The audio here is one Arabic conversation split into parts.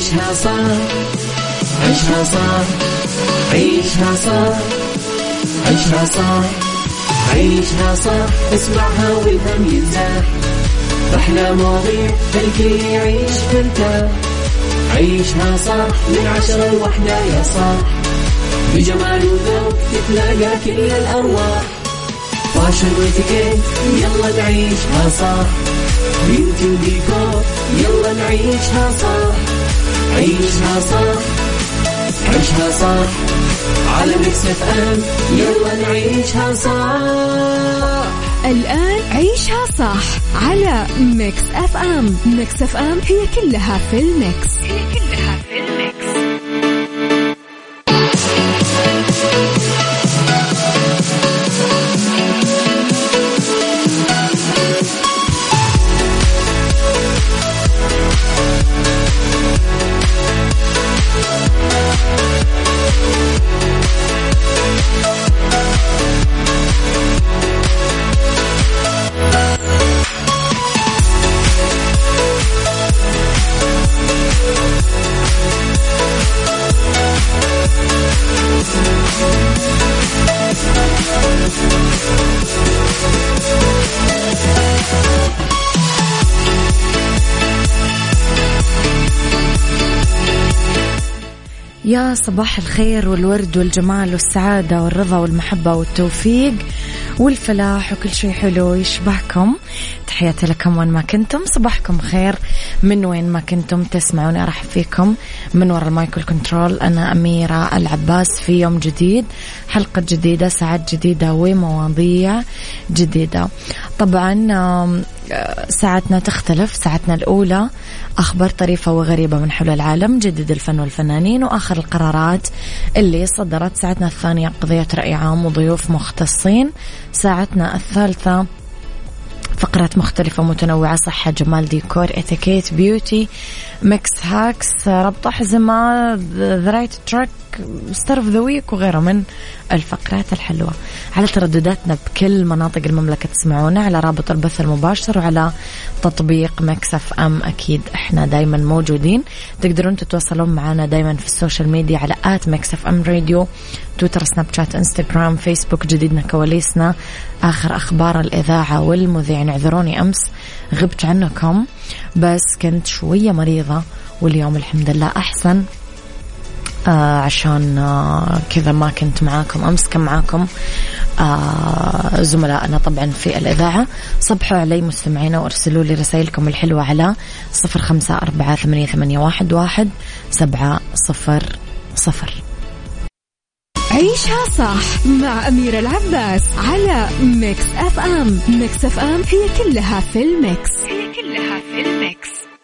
عيشها صح، عيشها صح، عيشها صح، عيشها صح، عيشها صح، اسمعها والهم ينزاح، أحلى مواضيع الكل يعيش مرتاح، عيشها صح من 10 ل1 يا صاح، بجمال وذوق تتلاقى كل الأرواح، فاشل واتيكيت يلا نعيشها صح، بيوتي وديكور يلا نعيشها صح، عيشها صح، عيشها صح، على ميكس اف ام يلا نعيشها صح. الآن عيشها صح على ميكس اف ام. ميكس اف ام هي كلها في الميكس، هي كلها في الميكس. يا صباح الخير والورد والجمال والسعادة والرضا والمحبة والتوفيق والفلاح وكل شيء حلو يشبهكم. تحياتي لكم وين ما كنتم، صباحكم خير من وين ما كنتم تسمعوني. أرحب فيكم من وراء المايكل كنترول، أنا أميرة العباس في يوم جديد، حلقة جديدة، ساعات جديدة ومواضيع جديدة. طبعا ساعتنا تختلف، ساعتنا الأولى أخبار طريفة وغريبة من حول العالم، جديد الفن والفنانين وآخر القرارات اللي صدرت. ساعتنا الثانية قضية رأي عام وضيوف مختصين. ساعتنا الثالثة فقرات مختلفة متنوعة، صحة، جمال، ديكور، اتيكيت، بيوتي، ميكس، هاكس، ربط أحزمة، ذا رايت تراك، ستار اوف ذا ويك وغيره من الفقرات الحلوة. على تردداتنا بكل مناطق المملكة تسمعونا على رابط البث المباشر وعلى تطبيق ميكس اف ام. أكيد احنا دايما موجودين، تقدرون تتواصلون معنا دايما في السوشيال ميديا على ميكس اف ام راديو، تويتر، سناب شات، انستغرام، فيسبوك. جديدنا، كواليسنا، آخر أخبار الإذاعة والمذيعين. اعذروني أمس غبت عنكم بس كنت شوية مريضة، واليوم الحمد لله أحسن. عشان كذا ما كنت معاكم أمس. كان معاكم زملائنا طبعا في الإذاعة. صبحوا علي مستمعينا وارسلوا لي رسائلكم الحلوة على 0548811700. عيشها صح مع أميرة العباس على ميكس اف ام. ميكس اف ام هي كلها في الميكس، هي كلها في الميكس.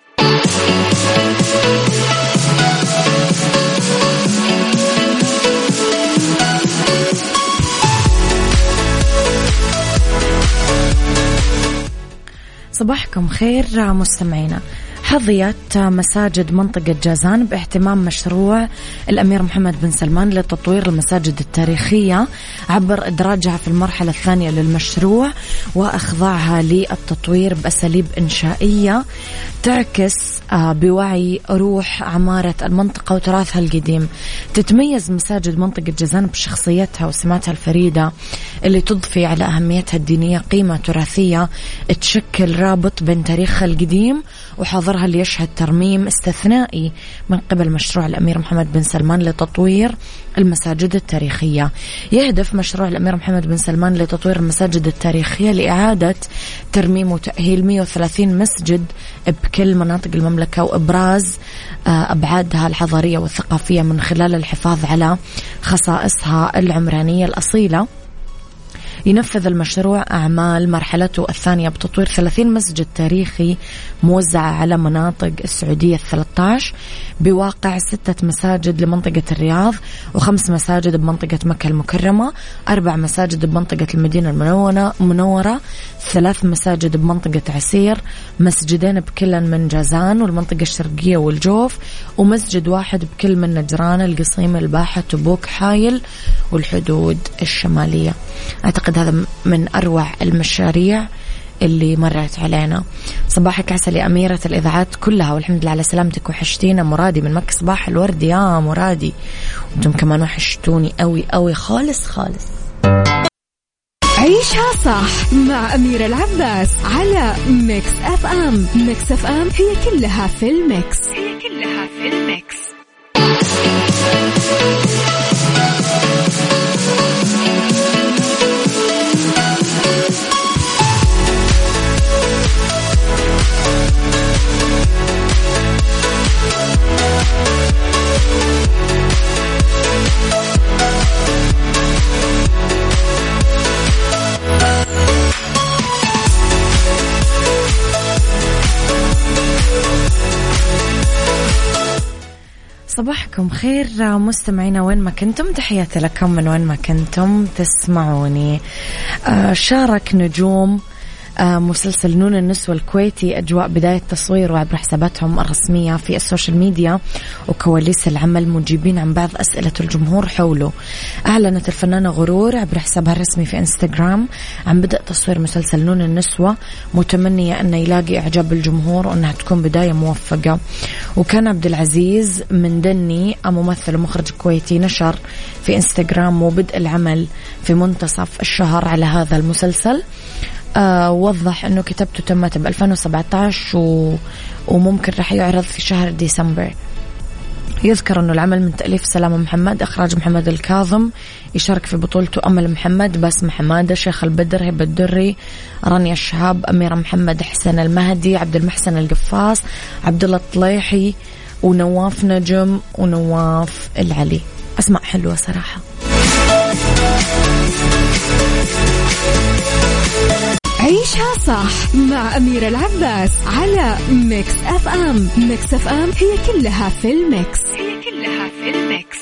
صباحكم خير مستمعينا. حظيت مساجد منطقة جازان باهتمام مشروع الأمير محمد بن سلمان لتطوير المساجد التاريخية عبر إدراجها في المرحلة الثانية للمشروع وإخضاعها للتطوير بأساليب إنشائية تعكس بوعي روح عمارة المنطقة وتراثها القديم. تتميز مساجد منطقة جازان بشخصيتها وسماتها الفريدة اللي تضفي على أهميتها الدينية قيمة تراثية تشكل رابط بين تاريخها القديم وحاضرها اللي يشهد ترميم استثنائي من قبل مشروع الأمير محمد بن سلمان لتطوير المساجد التاريخية. يهدف مشروع الأمير محمد بن سلمان لتطوير المساجد التاريخية لإعادة ترميم وتأهيل 130 مسجد بكل مناطق المملكة وإبراز أبعادها الحضارية والثقافية من خلال الحفاظ على خصائصها العمرانية الأصيلة. ينفذ المشروع أعمال مرحلته الثانية بتطوير 30 مسجد تاريخي موزعة على مناطق السعودية 13 بواقع 6 مساجد لمنطقة الرياض و5 مساجد بمنطقة مكة المكرمة، 4 مساجد بمنطقة المدينة المنورة، 3 مساجد بمنطقة عسير، مسجدين بكل من جازان والمنطقة الشرقية والجوف، ومسجد واحد بكل من نجران، القصيم، الباحة، تبوك، حايل والحدود الشمالية. أعتقد هذا من أروع المشاريع اللي مرت علينا صباحك عسل يا أميرة الإذاعات كلها، والحمد لله على سلامتك، وحشتينا. مرادي من مكة، صباح الورد يا مرادي، وانتم كمان وحشتوني قوي قوي خالص خالص. عيشها صح مع أميرة العباس على ميكس أف أم. ميكس أف أم هي كلها في الميكس، هي كلها في الميكس. صباحكم خير مستمعينا وين ما كنتم، تحياتي لكم من وين ما كنتم تسمعوني. شارك نجوم مسلسل نون النسوة الكويتي أجواء بداية تصويره عبر حساباتهم الرسمية في السوشيال ميديا وكواليس العمل، مجيبين عن بعض أسئلة الجمهور حوله. أعلنت الفنانة غرور عبر حسابها الرسمي في إنستغرام عن بدء تصوير مسلسل نون النسوة، متمنية أنه يلاقي إعجاب الجمهور وأنها تكون بداية موفقة. وكان عبد العزيز من دني ممثل ومخرج كويتي نشر في إنستغرام وبدء العمل في منتصف الشهر على هذا المسلسل. وضح أنه كتابته تمت ب2017 وممكن رح يعرض في شهر ديسمبر. يذكر أنه العمل من تأليف سلامة محمد، إخراج محمد الكاظم، يشارك في بطولته أمل محمد، باسم حمادة، شيخ البدر، هبة الدري، رانيا الشهاب، أميرة محمد، حسن المهدي، عبد المحسن القفاص، عبد الله الطليحي، ونواف نجم، ونواف العلي. أسماء حلوة صراحة. عيشها صح مع أميرة العباس على ميكس أف أم. ميكس أف أم هي كلها في الميكس، هي كلها في الميكس.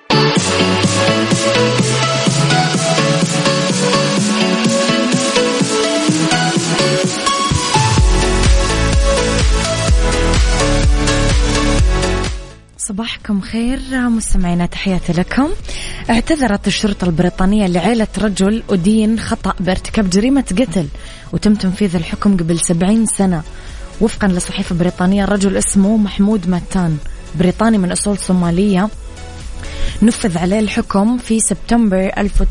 صباحكم خير مستمعينا، تحياتي لكم. اعتذرت الشرطة البريطانية لعائلة رجل أدين خطأ بارتكاب جريمة قتل وتم تنفيذ الحكم قبل 70 سنة. وفقا لصحيفة بريطانية، الرجل اسمه محمود ماتان، بريطاني من أصول صومالية، نفذ عليه الحكم في سبتمبر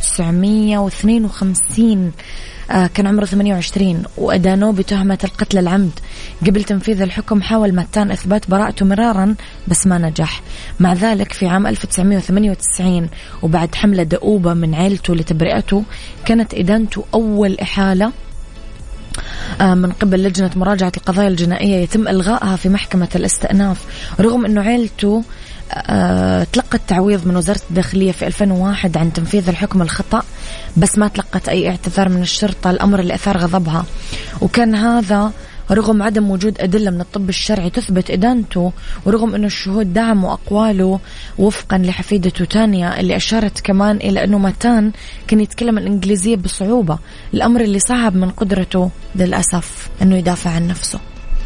1952. كان عمره 28 وأدانوه بتهمة القتل العمد. قبل تنفيذ الحكم حاول ماتان إثبات براءته مرارا بس ما نجح. مع ذلك في عام 1998 وبعد حملة دؤوبة من عائلته لتبرئته، كانت إدانته أول إحالة من قبل لجنة مراجعة القضايا الجنائية يتم إلغائها في محكمة الاستئناف، رغم أنه عائلته تلقت تعويض من وزارة الداخلية في 2001 عن تنفيذ الحكم الخطأ، بس ما تلقت أي اعتذار من الشرطة، الأمر اللي أثار غضبها. وكان هذا رغم عدم وجود أدلة من الطب الشرعي تثبت إدانته، ورغم أن الشهود دعموا أقواله وفقا لحفيدته تانيا اللي أشارت كمان إلى أنه ماتان كان يتكلم الإنجليزية بصعوبة، الأمر اللي صعب من قدرته للأسف أنه يدافع عن نفسه.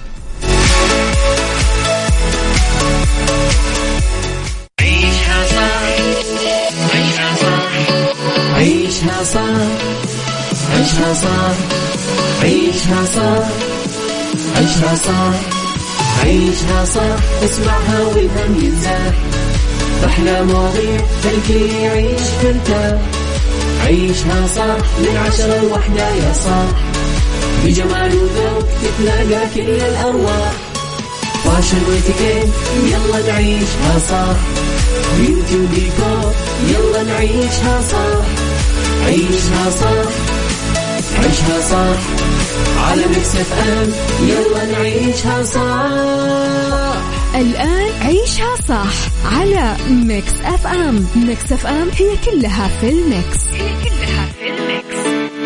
عيشها صح، عيشها صح، عيشها صح، عيشها صح، عيشها صح، عيشها صح، عيشها صح، اسمعها والهم ينزاح، أحلى مواضيع خلي يعيش مرتاح. عيشها صح من 10 ل1 يا صاح، بجمال وذوق تتلاقى كل الأرواح، فاشل واتيكيت يلا نعيشها صح، بيوتي وديكور يلا نعيشها صح. عيشها صح، عيشها صح، على ميكس اف ام يلا نعيشها صح. الآن عيشها صح على ميكس أف أم. ميكس أف أم هي كلها في الميكس، هي كلها في الميكس.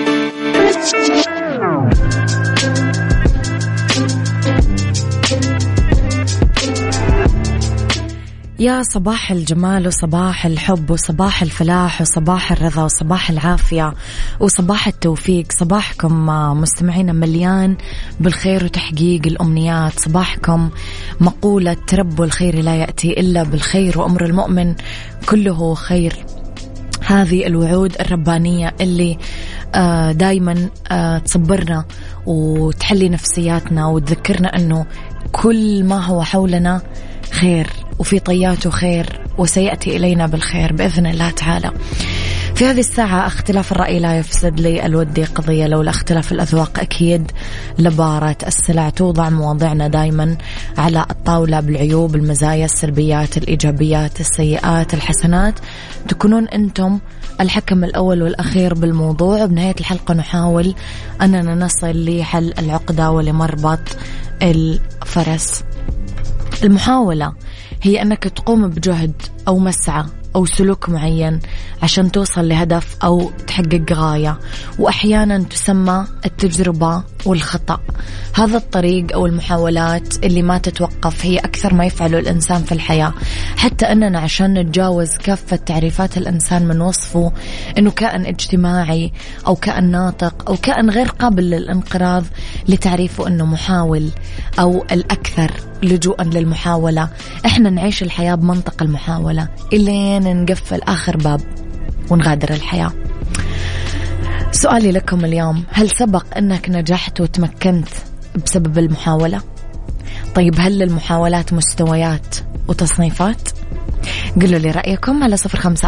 يا صباح الجمال وصباح الحب وصباح الفلاح وصباح الرضا وصباح العافية وصباح التوفيق. صباحكم مستمعين مليان بالخير وتحقيق الأمنيات. صباحكم مقولة رب الخير لا يأتي إلا بالخير وأمر المؤمن كله خير. هذه الوعود الربانية اللي دايما تصبرنا وتحلي نفسياتنا وتذكرنا أنه كل ما هو حولنا خير وفي طياته خير وسيأتي إلينا بالخير بإذن الله تعالى. في هذه الساعة اختلاف الرأي لا يفسد لي الودي قضية، لولا اختلاف الأذواق أكيد لبارة السلع. توضع مواضيعنا دايما على الطاولة بالعيوب، المزايا، السلبيات، الإيجابيات، السيئات، الحسنات، تكونون أنتم الحكم الأول والأخير بالموضوع. بنهاية الحلقة نحاول أننا نصل لحل العقدة ولمربط الفرس. المحاولة هي أنك تقوم بجهد أو مسعى أو سلوك معين عشان توصل لهدف أو تحقق غاية، وأحيانا تسمى التجربة والخطأ. هذا الطريق أو المحاولات اللي ما تتوقف هي أكثر ما يفعله الإنسان في الحياة، حتى أننا عشان نتجاوز كافة تعريفات الإنسان من وصفه أنه كائن اجتماعي أو كائن ناطق أو كائن غير قابل للانقراض لتعريفه أنه محاول أو الأكثر لجوءا للمحاولة. إحنا نعيش الحياة بمنطق المحاولة إلين نقفل آخر باب ونغادر الحياة. سؤالي لكم اليوم، هل سبق أنك نجحت وتمكنت بسبب المحاولة؟ طيب هل للمحاولات مستويات وتصنيفات؟ قلوا لي رأيكم على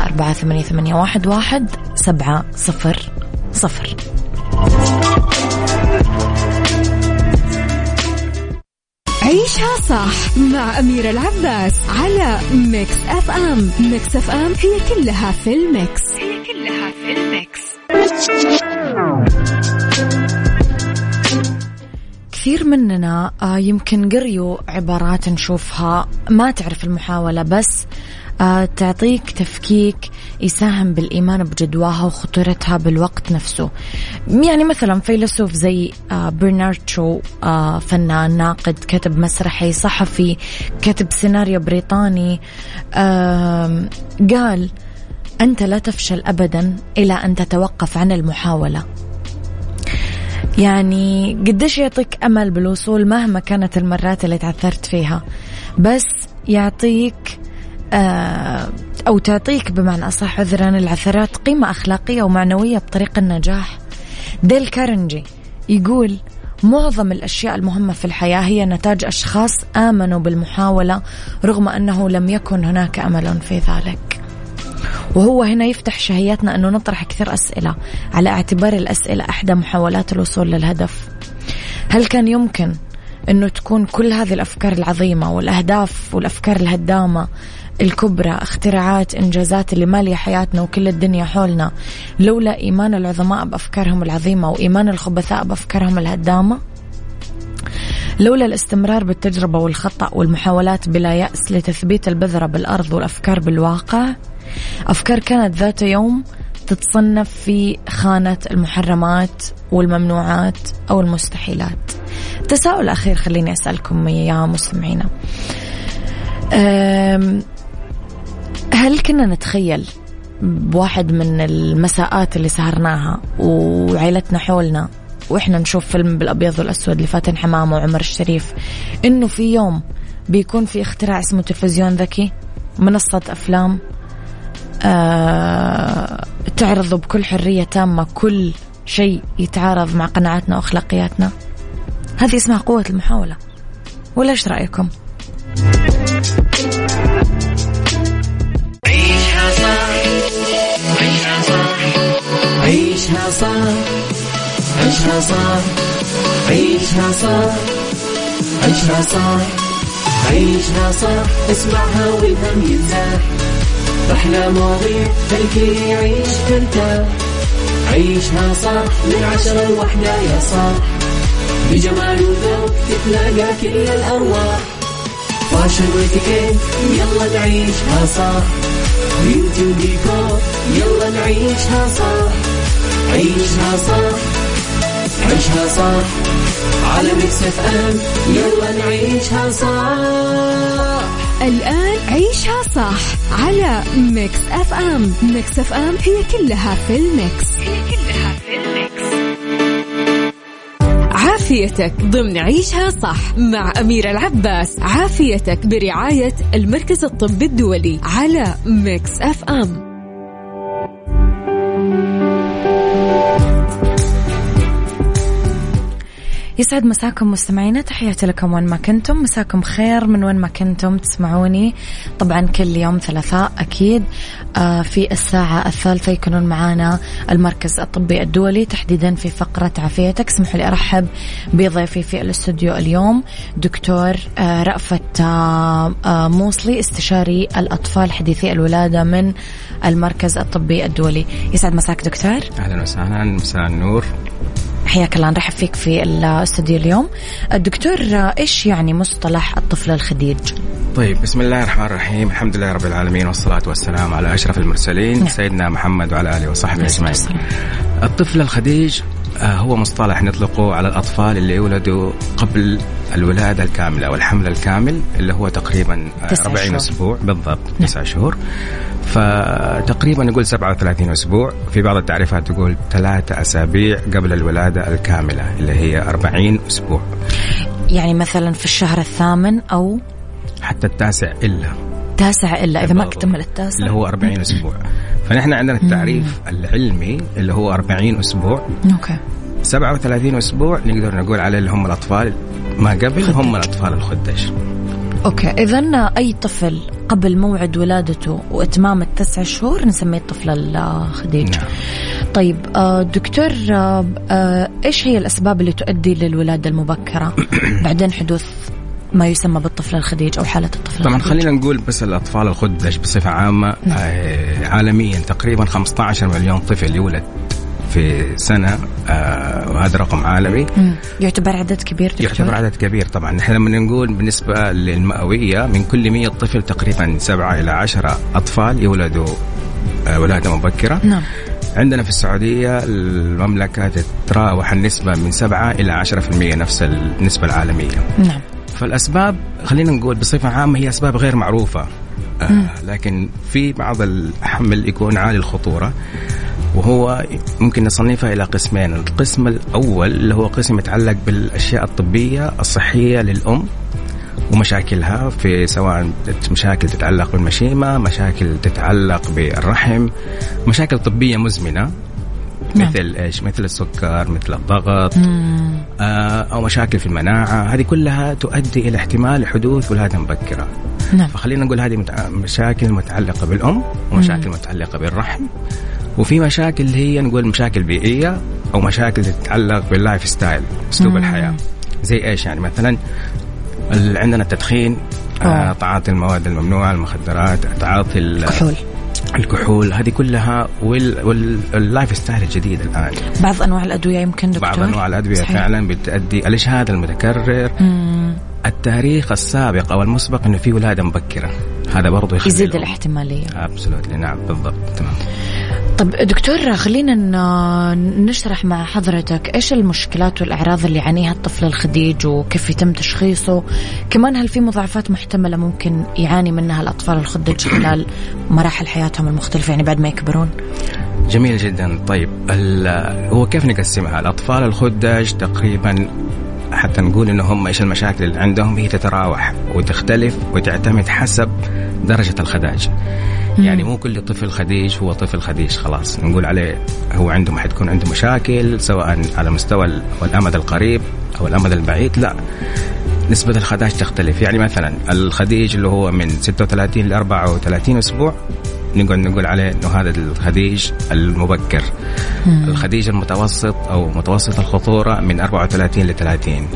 0548811700. عيشها صح مع أميرة العباس على ميكس أف أم. ميكس أف أم هي كلها في الميكس. كثير مننا يمكن قريوا عبارات نشوفها ما تعرف المحاولة بس تعطيك تفكيك يساهم بالإيمان بجدواها وخطورتها بالوقت نفسه. يعني مثلا فيلسوف زي برنارد شو، فنان، ناقد، كاتب مسرحي، صحفي، كاتب سيناريو بريطاني، قال أنت لا تفشل أبدا إلى أن تتوقف عن المحاولة. يعني قديش يعطيك أمل بالوصول مهما كانت المرات اللي تعثرت فيها، بس يعطيك أو تعطيك بمعنى أصح عذرا العثرات قيمة أخلاقية ومعنوية بطريق النجاح. ديل كارنجي يقول معظم الأشياء المهمة في الحياة هي نتاج أشخاص آمنوا بالمحاولة رغم أنه لم يكن هناك أمل في ذلك. وهو هنا يفتح شهيتنا أنه نطرح كثير أسئلة على اعتبار الأسئلة إحدى محاولات الوصول للهدف. هل كان يمكن أنه تكون كل هذه الأفكار العظيمة والأهداف والأفكار الهدامة الكبرى اختراعات إنجازات اللي مالية حياتنا وكل الدنيا حولنا لولا إيمان العظماء بأفكارهم العظيمة وإيمان الخبثاء بأفكارهم الهدامة؟ لولا الاستمرار بالتجربة والخطأ والمحاولات بلا يأس لتثبيت البذرة بالأرض والأفكار بالواقع؟ أفكار كانت ذات يوم تتصنف في خانة المحرمات والممنوعات أو المستحيلات. تساؤل أخير خليني أسألكم يا مستمعينا، هل كنا نتخيل بواحد من المساءات اللي سهرناها وعائلتنا حولنا وإحنا نشوف فيلم بالأبيض والأسود لفاتن حمامة وعمر الشريف إنه في يوم بيكون في اختراع اسمه تلفزيون ذكي، منصة أفلام تعرض بكل حرية تامة كل شيء يتعارض مع قناعاتنا وأخلاقياتنا؟ هذه اسمها قوة المحاولة، ولا إيش رأيكم؟ عيشها صح، عيشها صح، عيشها صح، عيشها صح، عيشها صح، عيشها صح، عيشها صح، اسمعها والهم ينزاح، أحلى مواضيع الكل يعيش ترتاح، عيشها صح من 10 ل1 يا صاح، بجمال وذوق تتلاقى كل الأرواح، فاشل واتيكيت يلا نعيشها صح، بيوتي وديكور يلا نعيشها صح، عيشها صح، عيشها صح، على ميكس اف ام يلا نعيشها صح. الآن عيشها صح على ميكس أف أم. ميكس أف أم هي كلها في الميكس. عافيتك ضمن عيشها صح مع أميرة العباس. عافيتك برعاية المركز الطبي الدولي على ميكس أف أم. يسعد مساكم مستمعينا، تحياتي لكم وين ما كنتم، مساكم خير من وين ما كنتم تسمعوني. طبعا كل يوم ثلاثاء أكيد في الساعة الثالثة يكونون معنا المركز الطبي الدولي، تحديدا في فقرة عافيتك. اسمحوا لي أرحب بضيفي في الاستوديو اليوم دكتور رأفت موصلي، استشاري الأطفال حديثي الولادة من المركز الطبي الدولي. يسعد مساك دكتور. أهلا وسهلا، مساء النور، حياك الله. نرحب فيك في الاستوديو اليوم. الدكتور، إيش يعني مصطلح الطفل الخديج؟ طيب، بسم الله الرحمن الرحيم، الحمد لله رب العالمين، والصلاة والسلام على أشرف المرسلين سيدنا محمد وعلى آله وصحبه أجمعين. الطفل الخديج هو مصطلح نطلقه على الأطفال اللي يولدوا قبل الولادة الكاملة والحمل الكامل، اللي هو تقريبا 40 أسبوع بالضبط، 9 شهور. فتقريبا نقول 37 أسبوع، في بعض التعريفات تقول 3 أسابيع قبل الولادة الكاملة اللي هي 40 أسبوع. يعني مثلا في الشهر الثامن أو حتى التاسع إلا إذا ما اكتمل التاسع اللي هو 40 أسبوع. فنحن عندنا التعريف العلمي اللي هو 40 أسبوع. أوكي. 37 أسبوع نقدر نقول عليه اللي هم الأطفال ما قبل خدج. هم الأطفال الخدج. أوكي، إذن أي طفل قبل موعد ولادته وإتمام 9 شهور نسميه الطفل الخديج. نعم. طيب دكتور، إيش هي الأسباب اللي تؤدي للولادة المبكرة بعدين حدوث ما يسمى بالطفل الخديج أو حالة الطفل طبعا الخديج؟ خلينا نقول بس الأطفال الخدج بصفة عامة عالميا تقريبا 15 مليون طفل يولد في سنة، وهذا رقم عالمي. يعتبر عدد كبير دكتور؟ يعتبر عدد كبير طبعا. نحن لما نقول بالنسبة للمئوية من كل 100 طفل تقريبا 7 إلى 10 أطفال يولدوا ولادة مبكرة. نعم. عندنا في السعودية المملكة تتراوح النسبة من 7 إلى 10%، نفس النسبة العالمية. نعم. فالأسباب خلينا نقول بصفة عامة هي أسباب غير معروفة، لكن في بعض الحمل يكون عالي الخطورة، وهو ممكن نصنفها إلى قسمين. القسم الأول اللي هو قسم يتعلق بالأشياء الطبية الصحية للأم ومشاكلها، في سواء مشاكل تتعلق بالمشيمة، مشاكل تتعلق بالرحم، مشاكل طبية مزمنة مثل إيش؟ مثل السكر، مثل الضغط، أو مشاكل في المناعة. هذه كلها تؤدي إلى احتمال حدوث ولادة مبكرة. نعم. فخلينا نقول هذه مشاكل متعلقة بالأم، ومشاكل متعلقة بالرحم، وفي مشاكل هي نقول مشاكل بيئية أو مشاكل تتعلق باللايف ستايل، أسلوب الحياة. زي إيش يعني؟ مثلا عندنا التدخين، تعاطي المواد الممنوعة، المخدرات، تعاطي الكحول، هذه كلها، واللايف ستايل الجديد الآن. بعض أنواع الأدوية يمكن دكتور؟ بعض أنواع الأدوية صحيح. فعلا بتؤدي الإجهاد المتكرر، التاريخ السابق أو المسبق إنه في ولادة مبكرة، هذا برضو يزيد الاحتمالية. absolutely. نعم بالضبط. تمام. طب دكتور، خلينا نشرح مع حضرتك إيش المشكلات والأعراض اللي يعانيها الطفل الخديج وكيف يتم تشخيصه، كمان هل في مضاعفات محتملة ممكن يعاني منها الأطفال الخدج خلال مراحل حياتهم المختلفة، يعني بعد ما يكبرون؟ جميل جدا. طيب هو كيف نقسمها؟ الأطفال الخدج تقريبا حتى نقول إنه هم إيش المشاكل اللي عندهم، هي تتراوح وتختلف وتعتمد حسب درجة الخداج. يعني مو كل طفل خديج هو طفل خديج خلاص نقول عليه هو عنده حتكون عنده مشاكل سواء على مستوى الأمد القريب أو الأمد البعيد. لا، نسبة الخداج تختلف. يعني مثلا الخديج اللي هو من 36 ل 34 أسبوع نقول عليه إنه هذا الخديج المبكر. الخديج المتوسط أو متوسط الخطورة من 34 ل 30.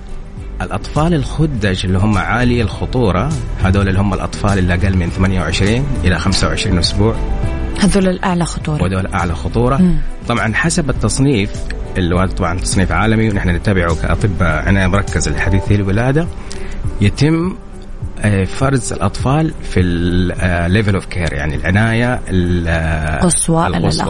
الأطفال الخدج اللي هم عالي الخطورة هذول اللي هم الأطفال اللي أقل من 28 إلى 25 أسبوع، هذول الأعلى خطورة. وهذول أعلى خطورة. طبعا حسب التصنيف اللي هو طبعا تصنيف عالمي ونحن نتبعه كأطباء عناية مركز الحديثي الولادة، يتم فرز الأطفال في الليفل اوف كير، يعني العناية القصوى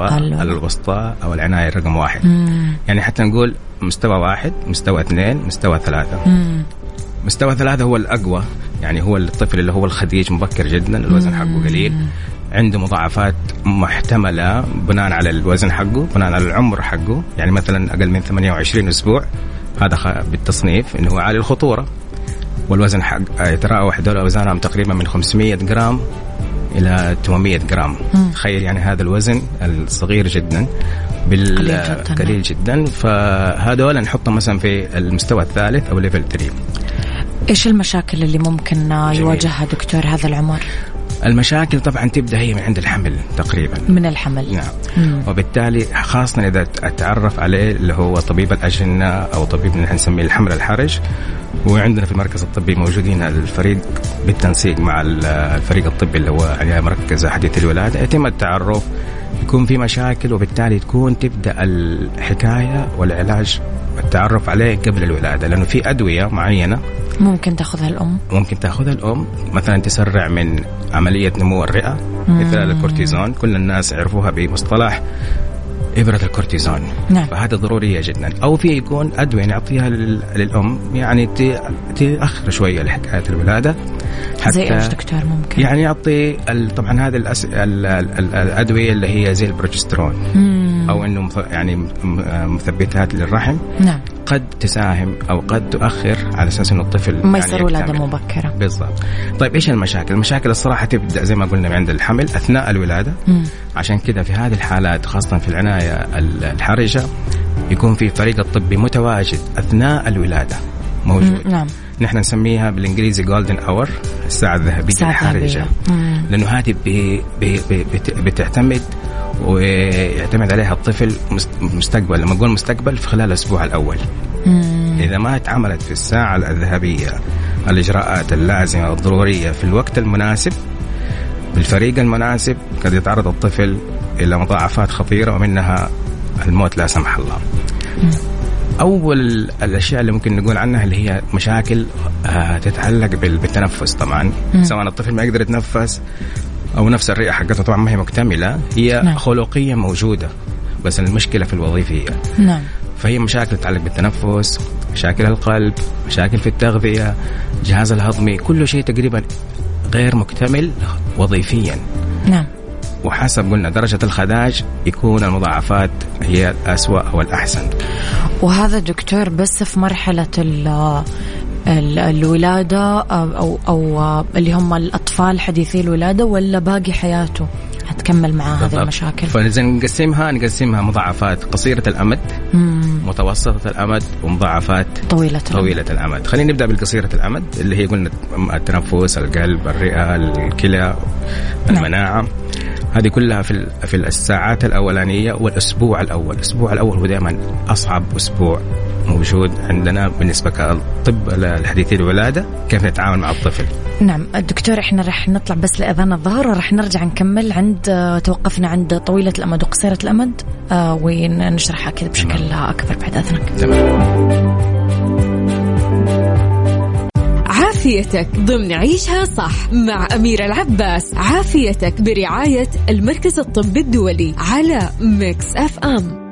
الوسطى أو العناية رقم 1. يعني حتى نقول مستوى 1، مستوى 2، مستوى 3. مستوى 3 هو الأقوى، يعني هو الطفل اللي هو الخديج مبكر جدا، الوزن حقه قليل، عنده مضاعفات محتملة بناء على الوزن حقه، بناء على العمر حقه. يعني مثلا أقل من 28 أسبوع هذا بالتصنيف إنه هو عالي الخطورة، والوزن حق يتراوح دول أوزانهم تقريبا من 500 جرام إلى 800 جرام. تخيل يعني هذا الوزن الصغير جدا، قليل جدا. فهذول نحطهم مثلا في المستوى الثالث أو ليفل 3. إيش المشاكل اللي ممكن يواجهها دكتور هذا العمر؟ المشاكل طبعا تبدأ هي من عند الحمل تقريبا، من الحمل. نعم. وبالتالي خاصة إذا أتعرف عليه اللي هو طبيب الأجنة أو طبيب نسميه الحمل الحرج، وعندنا في المركز الطبي موجودين الفريق بالتنسيق مع الفريق الطبي اللي هو عناية مركزة حديث الولادة، يتم التعرف، يكون في مشاكل، وبالتالي تكون تبدأ الحكاية والعلاج التعرف عليه قبل الولادة، لأنه في أدوية معينة ممكن تأخذها الأم مثلا تسرع من عملية نمو الرئة، مثل الكورتيزون، كل الناس يعرفوها بمصطلح إبرة الكورتيزون. نعم. فهذا ضرورية جدا. أو في يكون أدوية نعطيها للأم يعني تأخر شوية لحكاية الولادة. زي إيش دكتور ممكن؟ يعني يعطي طبعا هذه الأدوية اللي هي زي البروجسترون أو إنه يعني مثبتات للرحم. نعم. قد تساهم أو قد تؤخر على أساس إنه الطفل ما يصير ولادة مبكرة. بالضبط. طيب إيش المشاكل؟ المشاكل الصراحة تبدأ زي ما قلنا من عند الحمل أثناء الولادة. عشان كذا في هذه الحالات خاصة في العناية الحرجة يكون في فريق الطبي متواجد أثناء الولادة موجود. نعم. نحن نسميها بالإنجليزي golden hour، الساعة الذهبية الحرجة، لأنه هذه بتعتمد ويعتمد عليها الطفل مستقبل. لما نقول مستقبل في خلال الأسبوع الأول، إذا ما اتعملت في الساعة الذهبية الإجراءات اللازمة والضرورية في الوقت المناسب بالفريق المناسب، قد يتعرض الطفل إلى مضاعفات خطيرة ومنها الموت لا سمح الله. أول الأشياء اللي ممكن نقول عنها اللي هي مشاكل تتعلق بالتنفس. طبعا سواء الطفل ما يقدر يتنفس أو نفس الرئة حقته طبعا ما هي مكتملة، هي نعم. خلقية موجودة، بس المشكلة في الوظيفية. نعم. فهي مشاكل تتعلق بالتنفس، مشاكل القلب، مشاكل في التغذية، الجهاز الهضمي، كل شيء تقريبا غير مكتمل وظيفيا. نعم. وحسب قلنا درجة الخداج يكون المضاعفات هي الأسوأ أو الأحسن. وهذا دكتور بس في مرحلة الولادة أو اللي هم الأطفال حديثي الولادة، ولا باقي حياته هتكمل مع هذه المشاكل؟ فإذا نقسمها مضاعفات قصيرة الأمد، متوسطة الأمد، ومضاعفات طويلة الأمد. خلينا نبدأ بالقصيرة الأمد اللي هي قلنا التنفس، القلب، الرئة، الكلى، المناعة. هذه كلها في الساعات الأولانية والأسبوع الأول. الأسبوع الأول هو دائما أصعب أسبوع موجود عندنا بالنسبة كطب الحديثي الولادة، كيف نتعامل مع الطفل. نعم دكتور، احنا رح نطلع بس لأذان الظهر ورح نرجع نكمل عند توقفنا عند طويلة الأمد وقصيرة الأمد، ونشرحها كذا بشكل أكبر بعد إذنك. تمام. عافيتك ضمن عيشها صح مع أميرة العباس. عافيتك برعاية المركز الطبي الدولي على ميكس اف ام.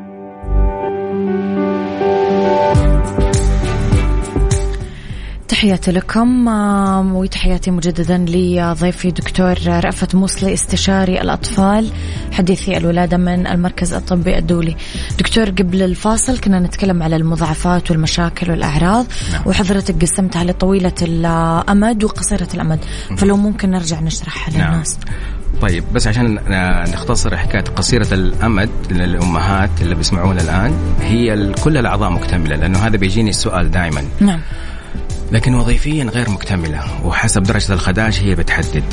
تحياتي لكم وتحياتي مجددا لضيفي دكتور رأفت موصلي، استشاري الأطفال حديثي الولادة من المركز الطبي الدولي. دكتور، قبل الفاصل كنا نتكلم على المضاعفات والمشاكل والأعراض، وحضرتك قسمتها لطويلة الأمد وقصيرة الأمد، فلو ممكن نرجع نشرحها للناس. طيب، بس عشان نختصر حكاية قصيرة الأمد للأمهات اللي بيسمعونا الآن، هي كل الأعضاء مكتملة، لأنه هذا بيجيني السؤال دائما. نعم. لكن وظيفيا غير مكتملة، وحسب درجة الخداج هي بتحدد.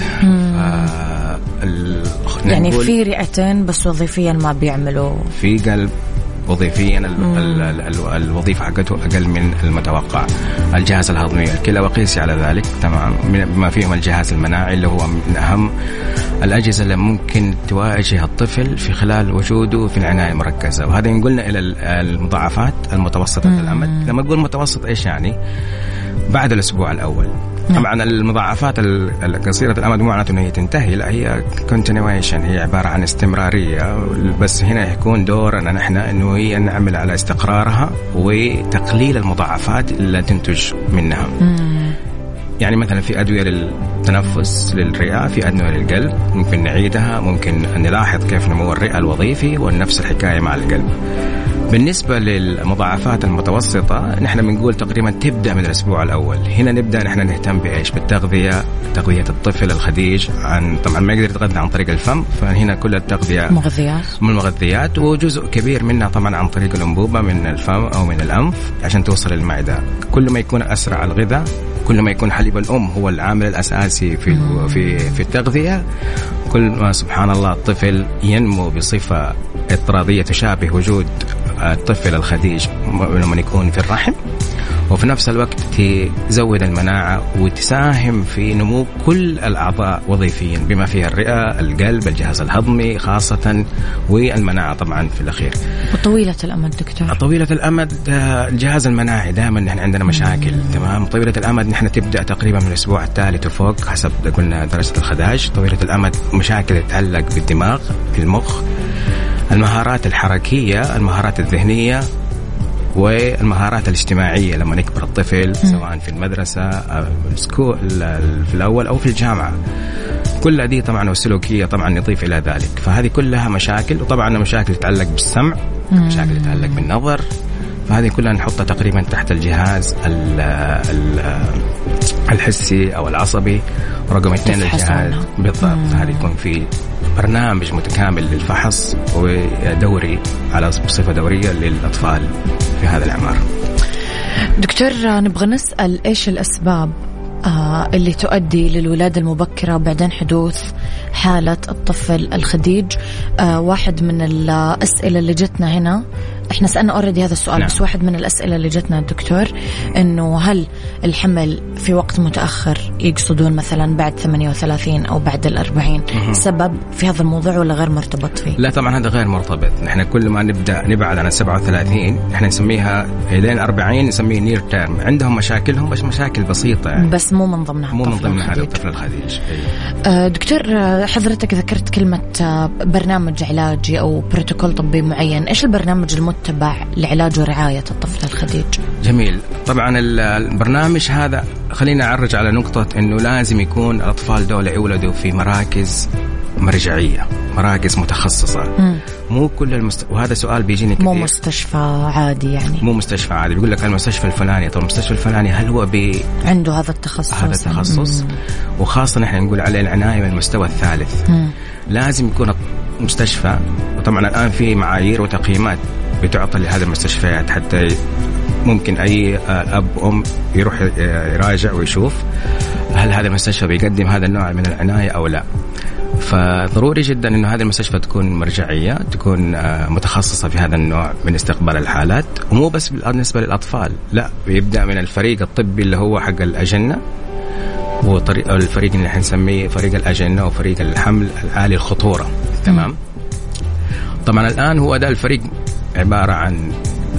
يعني في رئتين بس وظيفيا ما بيعملوا، في قلب وظيفيا الوظيفة حقته أقل من المتوقع، الجهاز الهضمي، الكلى وقيسي على ذلك، تمام، بما فيهم الجهاز المناعي اللي هو من أهم الأجهزة اللي ممكن تواجه الطفل في خلال وجوده في العناية المركزة. وهذا ينقلنا إلى المضاعفات المتوسطة الأمد. لما نقول متوسط إيش يعني؟ بعد الأسبوع الأول. طبعا المضاعفات القصيرة الأمد مو معناته أنها هي تنتهي، لا، هي continuation، هي عبارة عن استمرارية، بس هنا يكون دورنا نحن أنه هي نعمل على استقرارها وتقليل المضاعفات اللي تنتج منها. يعني مثلا في أدوية للتنفس للرئة، في أدوية للقلب، ممكن نعيدها، ممكن نلاحظ كيف نمو الرئة الوظيفي، ونفس الحكاية مع القلب. بالنسبة للمضاعفات المتوسطة نحن بنقول تقريبا تبدأ من الأسبوع الأول. هنا نبدأ نحن نهتم بإيش؟ بالتغذية، تغذية الطفل الخديج. طبعا ما يقدر يتغذى عن طريق الفم، فهنا كل التغذية من المغذيات، وجزء كبير منها طبعا عن طريق الأنبوبة من الفم أو من الأنف عشان توصل للمعدة. كل ما يكون أسرع الغذاء، كل ما يكون حليب الأم هو العامل الأساسي في التغذية، كل ما سبحان الله الطفل ينمو بصفة اضطرارية تشابه وجود الطفل الخديج لما يكون في الرحم، وفي نفس الوقت تزود المناعة وتساهم في نمو كل الأعضاء وظيفيا بما فيها الرئة، القلب، الجهاز الهضمي خاصة، والمناعة طبعا في الأخير. وطويلة الأمد دكتور؟ طويلة الأمد الجهاز المناعي دائما نحن عندنا مشاكل. تمام. طويلة الأمد نحن تبدأ تقريبا من الأسبوع الثالث وفوق حسب قلنا درجة الخداج. طويلة الأمد مشاكل تتعلق بالدماغ، المخ، المهارات الحركية، المهارات الذهنية، والمهارات الاجتماعية لما يكبر الطفل سواء في المدرسة في الأول أو في الجامعة. كل هذه طبعا والسلوكية طبعا نضيف إلى ذلك. فهذه كلها مشاكل، وطبعا مشاكل تتعلق بالسمع، مشاكل تتعلق بالنظر، فهذه كلها نحطها تقريبا تحت الجهاز الحسي أو العصبي. ورقم 2 الجهاز بالضبط. هذا يكون في برنامج متكامل للفحص ودوري على بصفة دورية للأطفال في هذا الأعمار. دكتور نبغى نسأل إيش الأسباب اللي تؤدي للولادة المبكرة بعدين حدوث حالة الطفل الخديج؟ واحد من الأسئلة اللي جتنا هنا، احنا سألنا أوريدي هذا السؤال. نعم. بس واحد من الأسئلة اللي جتنا الدكتور إنه هل الحمل في وقت متأخر، يقصدون مثلا بعد 38 أو بعد 40 سبب في هذا الموضوع ولا غير مرتبط فيه؟ لا طبعا هذا غير مرتبط. نحن كل ما نبدأ نبعد عن 37 نحن نسميها إلين 40 نسميه نير تيرم. عندهم مشاكلهم بس مشاكل بسيطة يعني. بس مو من ضمنها هذا الطفل الخديج. دكتور حضرتك ذكرت كلمة برنامج علاجي أو بروتوكول طبي معين. إيش البرنامج المتبع لعلاج ورعاية الطفل الخديج؟ جميل. طبعا البرنامج هذا خلينا نعرج على نقطة إنه لازم يكون الأطفال دول يولدوا في مراكز مرجعية، مراكز متخصصة. مو كل وهذا سؤال بيجيني كثير. مو مستشفى عادي يعني. مو مستشفى عادي. بيقول لك المستشفى الفلاني. طب المستشفى الفلاني هل هو عنده هذا التخصص؟ هذا التخصص. وخاصة نحن نقول عليه العناية من المستوى الثالث. لازم يكون مستشفى. وطبعا الآن في معايير وتقييمات بتعطى لهذه المستشفيات حتى ممكن أي أب أم يروح يراجع ويشوف هل هذا المستشفى بيقدم هذا النوع من العناية أو لا. فضروري جدا إنه هذه المستشفى تكون مرجعية، تكون متخصصة في هذا النوع من استقبال الحالات. ومو بس بالنسبة للأطفال، لا، بيبدأ من الفريق الطبي اللي هو حق الأجنة، وطريق الفريق اللي حنسميه فريق الأجنة وفريق الحمل العالي الخطورة. تمام. طبعا الآن هو ده الفريق عبارة عن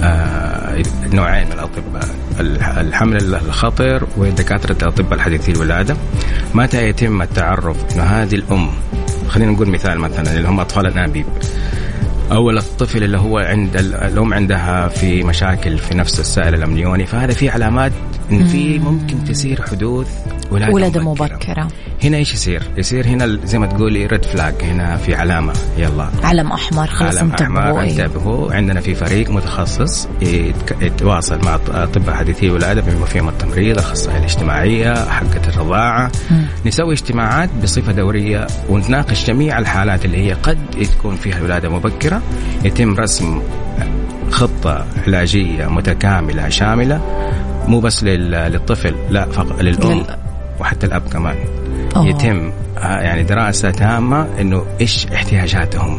نوعين من الأطباء، الحمل الخطر ودكاترة الأطباء الحديثي الولادة. متى يتم التعرف إنه هذه الأم، خلينا نقول مثلا اللي هم أطفال الأنابيب، أول الطفل اللي هو عند الأم عندها في مشاكل في نفس السائل الأمنيوني، فهذا في علامات إن في ممكن تسير حدوث ولادة مبكرة. هنا إيش يصير هنا زي ما تقولي ريد فلاج. هنا في علامة، يلا علم أحمر، خلاص انتبهوا. عندنا في فريق متخصص يتواصل مع أطباء حديثي الولادة بما فيهم التمريض، الأخصائية الاجتماعية، حقة الرضاعة. نسوي اجتماعات بصفة دورية ونتناقش جميع الحالات اللي هي قد تكون فيها الولادة مبكرة. يتم رسم خطة علاجية متكاملة شاملة، مو بس للطفل، لا فقط للأم وحتى الأب كمان. يتم يعني دراسة تامة إنه إيش احتياجاتهم،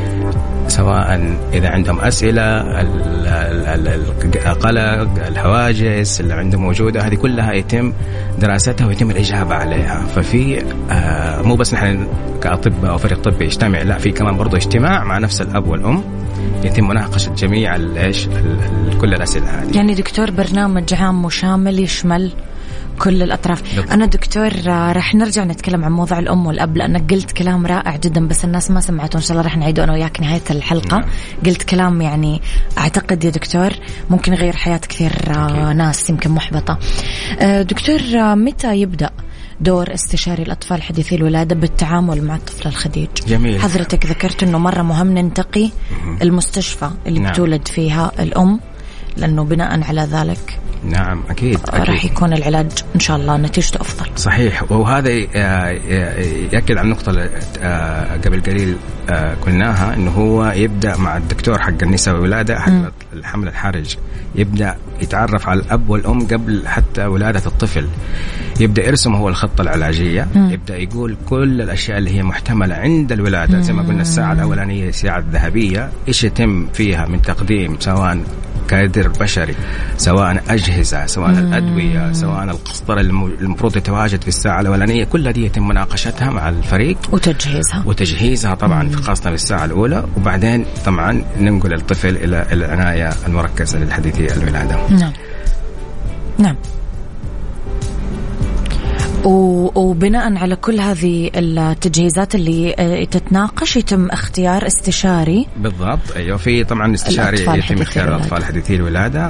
سواء إذا عندهم أسئلة، القلق، الهواجس اللي عندهم موجودة، هذه كلها يتم دراستها ويتم الإجابة عليها. ففي مو بس نحن كأطباء أو فريق طبي يجتمع، لا، في كمان برضو اجتماع مع نفس الأب والأم يتم مناقشة جميع كل الأسئلة هذه. يعني دكتور برنامج عام وشامل يشمل كل الأطراف. أنا دكتور رح نرجع نتكلم عن موضوع الأم والأب لأنك قلت كلام رائع جدا، بس الناس ما سمعته، إن شاء الله رح نعيده أنا وياك نهاية الحلقة. قلت كلام يعني أعتقد يا دكتور ممكن يغير حياة كثير ناس يمكن محبطة. دكتور متى يبدأ دور استشاري الأطفال حديثي الولادة بالتعامل مع الطفل الخديج. جميل. حضرتك ذكرت أنه مرة مهم ننتقي المستشفى اللي نعم. بتولد فيها الأم، لأنه بناء على ذلك نعم أكيد راح يكون العلاج إن شاء الله نتيجته أفضل. صحيح. وهذا يأكد على النقطة قبل قليل قلناها، إنه هو يبدأ مع الدكتور حق النساء والولادة حق الحمل الحرج، يبدأ يتعرف على الأب والأم قبل حتى ولادة الطفل، يبدأ يرسم هو الخطة العلاجية، يبدأ يقول كل الأشياء اللي هي محتملة عند الولادة، زي ما قلنا الساعة الأولانية الساعة الذهبية، إيش يتم فيها من تقديم، سواء كادر بشري، سواء أجهزة، سواء الأدوية، سواء القسطرة المفروض يتواجد في الساعة الأولانية، كل هذه يتم مناقشتها مع الفريق وتجهيزها طبعا خاصة في الساعة الأولى، وبعدين طبعا ننقل الطفل إلى العناية المركزة للحديثي الولادة. نعم نعم. وبناء على كل هذه التجهيزات اللي تتناقش يتم اختيار استشاري. بالضبط أيوة. في طبعا استشاري يتم اختيار الأطفال حديثي الولادة،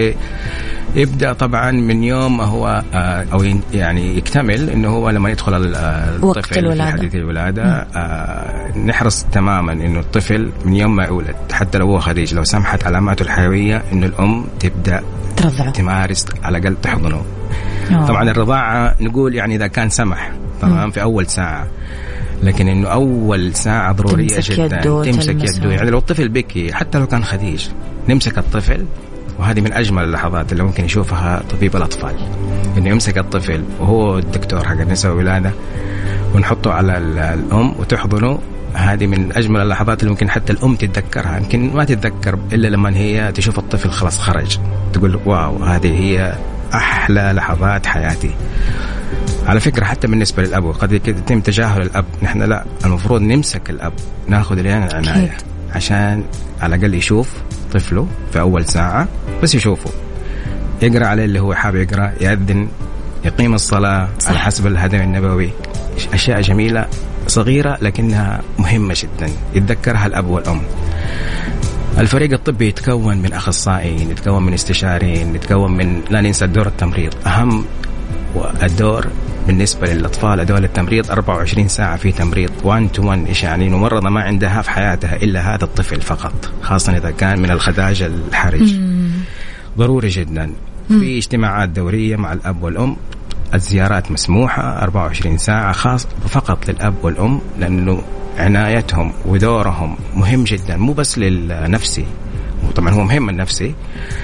ويبدأ طبعا من يوم هو أو يعني يكتمل إنه هو لما يدخل الطفل في حديثي الولادة نحرص تماما إنه الطفل من يوم ما يولد حتى لو هو خديج، لو سمحت علاماته الحيوية إنه الأم تبدأ تمارس على الأقل تحضنه. طبعا الرضاعة نقول يعني إذا كان سمح طبعا في أول ساعة، لكن إنه أول ساعة ضرورية جدا تمسك يده. يعني لو الطفل بكي حتى لو كان خديج نمسك الطفل، وهذه من أجمل اللحظات اللي ممكن يشوفها طبيب الأطفال، إنه يمسك الطفل وهو الدكتور حق النساء والولادة ونحطه على الأم وتحضنه. هذه من أجمل اللحظات اللي ممكن حتى الأم تتذكرها، يمكن ما تتذكر إلا لما هي تشوف الطفل خلاص خرج، تقول واو هذه هي أحلى لحظات حياتي. على فكرة حتى بالنسبة للأب قد يتم تجاهل الأب، نحن لا، المفروض نمسك الأب ناخذ لين العناية عشان على الأقل يشوف طفله في أول ساعة، بس يشوفه، يقرأ عليه اللي هو حابب يقرأ، يأذن، يقيم الصلاة على حسب الهدي النبوي. أشياء جميلة صغيرة لكنها مهمة جدا يتذكرها الأب والأم. الفريق الطبي يتكون من أخصائيين، يتكون من استشاريين، يتكون من، لا ننسى الدور التمريض، أهم الدور بالنسبة للأطفال أدوال التمريض 24 ساعة في تمريض 1 to 1. إيش يعني؟ ممرضة ما عندها في حياتها إلا هذا الطفل فقط، خاصة إذا كان من الخداج الحرج. ضروري جدا. في اجتماعات دورية مع الأب والأم، الزيارات مسموحة 24 ساعة خاص فقط للأب والأم، لأنه عنايتهم ودورهم مهم جدا، مو بس للنفسي، وطبعا هو مهم النفسي،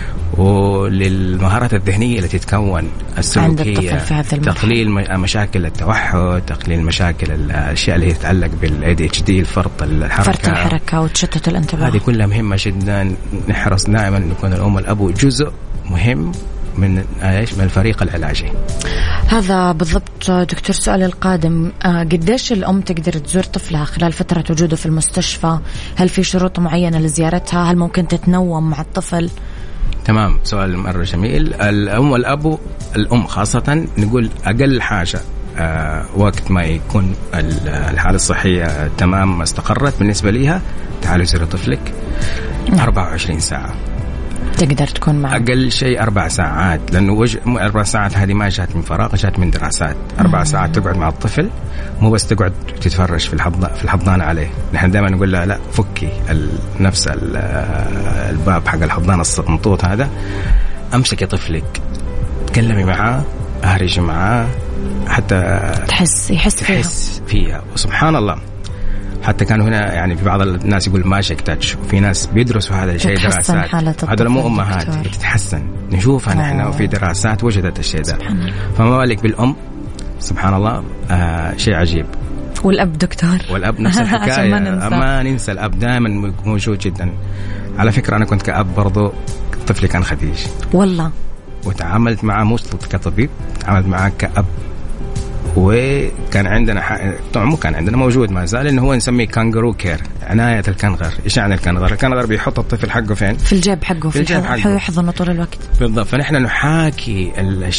وللمهارات الذهنية التي تتكون السلوكية، تقليل مشاكل التوحد، تقليل مشاكل الأشياء اللي تتعلق بالADHD، فرط الحركة وتشتت الانتباه، هذه كلها مهمة جدا. نحرص دائما أن يكون الأم والأب جزء مهم من الفريق العلاجي. هذا بالضبط دكتور. سؤال القادم، قديش الأم تقدر تزور طفلها خلال فترة وجوده في المستشفى؟ هل في شروط معينة لزيارتها؟ هل ممكن تتنوم مع الطفل؟ تمام، سؤال مرة جميل. الأم والأب، الأم خاصة نقول أقل حاجة وقت ما يكون الحالة الصحية تمام استقرت بالنسبة ليها، تعالوا زوروا طفلك 24 ساعة تقدر تكون معه. أقل شيء 4 ساعات، لأنه 4 ساعات هذه ما جات من فراغ، جات من دراسات. 4 ساعات تقعد مع الطفل، مو بس تقعد تتفرج في الحضانة عليه. نحن دائما نقول لها لا، فكي نفس الباب حق الحضانة الصنطوط هذا، أمسكي طفلك، تكلمي معاه، أهرجي معاه، حتى يحس فيها. وسبحان الله، حتى كانوا هنا يعني في بعض الناس يقول ماجيك تاتش، وفي ناس بيدرسوا هذا الشيء دراسات، هذا مو أمهات تتحسن، نشوفها نحن وفي دراسات وجدت الشيء ده. فما بالك بالأم، سبحان الله، شيء عجيب. والأب دكتور، والأب نفس الحكاية. ما ننسى الأب دائما موجود جدا. على فكرة أنا كنت كأب برضو، طفلي كان خديج والله، وتعاملت معه مو كطبيب، تعاملت معه كأب. وكان عندنا طبعا كان عندنا موجود ما زال، انه هو نسميه كانجرو كير، عناية الكنغر. ايش يعني الكنغر؟ الكنغر بيحط الطفل حقه فين؟ في الجيب حقه، في الجيب حقه، يحضنه طول الوقت. بالضبط. فنحن نحاكي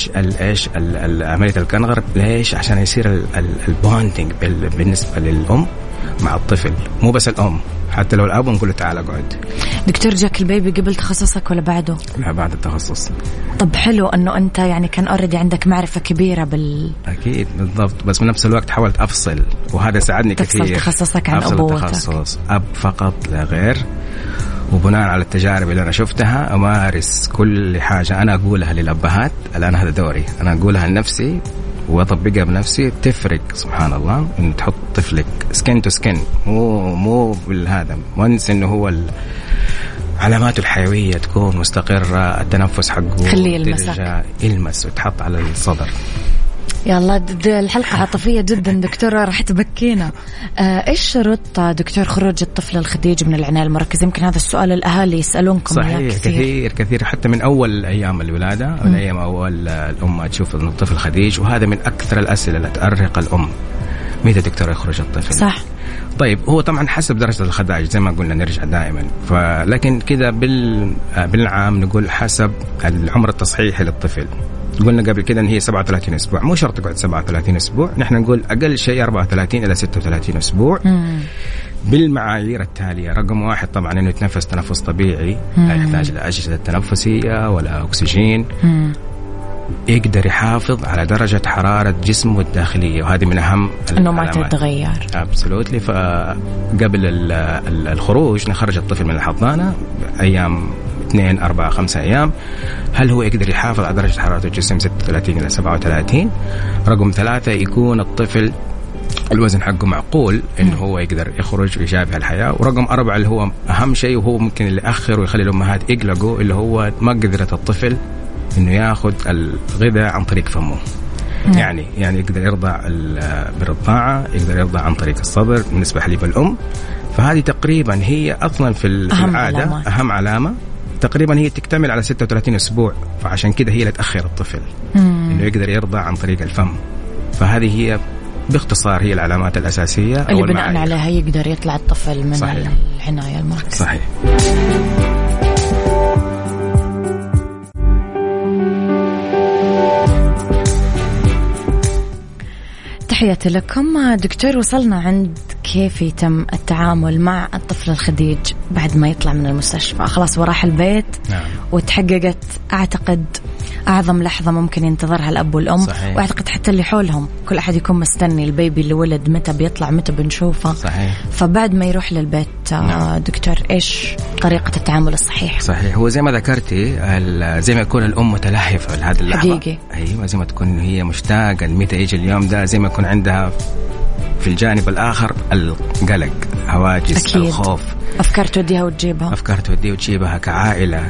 عملية الكنغر. ليش؟ عشان يصير البوندينج بالنسبة للأم مع الطفل، مو بس الأم، حتى لو الأب نقول له تعال اقعد. دكتور جاك البيبي قبل تخصصك ولا بعده؟ لا بعد التخصص. طب حلو انه انت يعني كان اوريدي عندك معرفة كبيرة اكيد بالضبط، بس من نفس الوقت حاولت افصل وهذا ساعدني كثير. تفصل تخصصك عن ابوتك. التخصص اب فقط لا غير، وبناء على التجارب اللي انا شفتها امارس كل حاجة انا اقولها للابهات. الان هذا دوري، انا اقولها لنفسي واطبقها بنفسي. تفرق سبحان الله ان تحط طفلك سكين تو سكين، مو بالهذا، وانس انه هو علاماته الحيويه تكون مستقره، التنفس حقه خليه يلمس وتحط على الصدر. يلا الحلقة عاطفية جدا دكتورة، راح تبكينا. ايش شروط دكتور خروج الطفل الخديج من العناية المركزة؟ يمكن هذا السؤال الأهالي يسألونكم. صحيح كثير حتى من أول أيام الولادة من أيام أول الأم تشوف إنه الطفل خديج، وهذا من أكثر الأسئلة اللي تأرق الأم، متى دكتور يخرج الطفل؟ صح. طيب هو طبعا حسب درجة الخداج زي ما قلنا نرجع دائما، لكن كذا بالعام نقول حسب العمر التصحيحي للطفل. قلنا قبل كده ان هي 37 اسبوع، مو شرط تقعد 37 اسبوع، نحن نقول اقل شيء 34 الى 36 اسبوع. بالمعايير التاليه: رقم 1 طبعا انه يتنفس تنفس طبيعي، لا يحتاج لاجهزه تنفسيه ولا اكسجين، يقدر يحافظ على درجه حراره جسمه الداخليه، وهذه من اهم انه ما تتغير. ابسولوتلي. فقبل الخروج نخرج الطفل من الحضانه ايام 2 4 5 أيام، هل هو يقدر يحافظ على درجة حرارة الجسم 36 إلى 37؟ رقم 3 يكون الطفل الوزن حقه معقول إنه هو يقدر يخرج ويشابه الحياة. ورقم 4 اللي هو أهم شيء، وهو ممكن اللي يأخر ويخلي الأمهات يقلقوا، اللي هو ما قدرة الطفل إنه يأخذ الغذاء عن طريق فمه. يعني يقدر يرضع بالرضاعة، يقدر يرضع عن طريق الصدر بالنسبة لحليب الأم. فهذه تقريبا هي أصلا في العادة أهم علامة. تقريبا هي تكتمل على 36 أسبوع، فعشان كده هي اللي تأخر الطفل إنه يقدر يرضع عن طريق الفم. فهذه هي باختصار هي العلامات الأساسية اللي بناء عليها يقدر يطلع الطفل من العناية المركزة. صحيح. تحياتي لكم دكتور. وصلنا عند كيف يتم التعامل مع الطفل الخديج بعد ما يطلع من المستشفى، خلاص وراح البيت. نعم. وتحققت أعتقد أعظم لحظة ممكن ينتظرها الأب والأم. صحيح. وأعتقد حتى اللي حولهم كل أحد يكون مستني البيبي اللي ولد متى بيطلع متى بنشوفه. صحيح. فبعد ما يروح للبيت دكتور إيش طريقة التعامل الصحيح؟ صحيح. هو زي ما ذكرتي زي ما يكون الأم متلهفة لهذه اللحظة حقيقي. أيوة، زي ما تكون هي مشتاقة متى يجي اليوم ده، زي ما يكون عندها في الجانب الآخر القلق، هواجس، أكيد. الخوف، أفكار توديها وتجيبها كعائلة،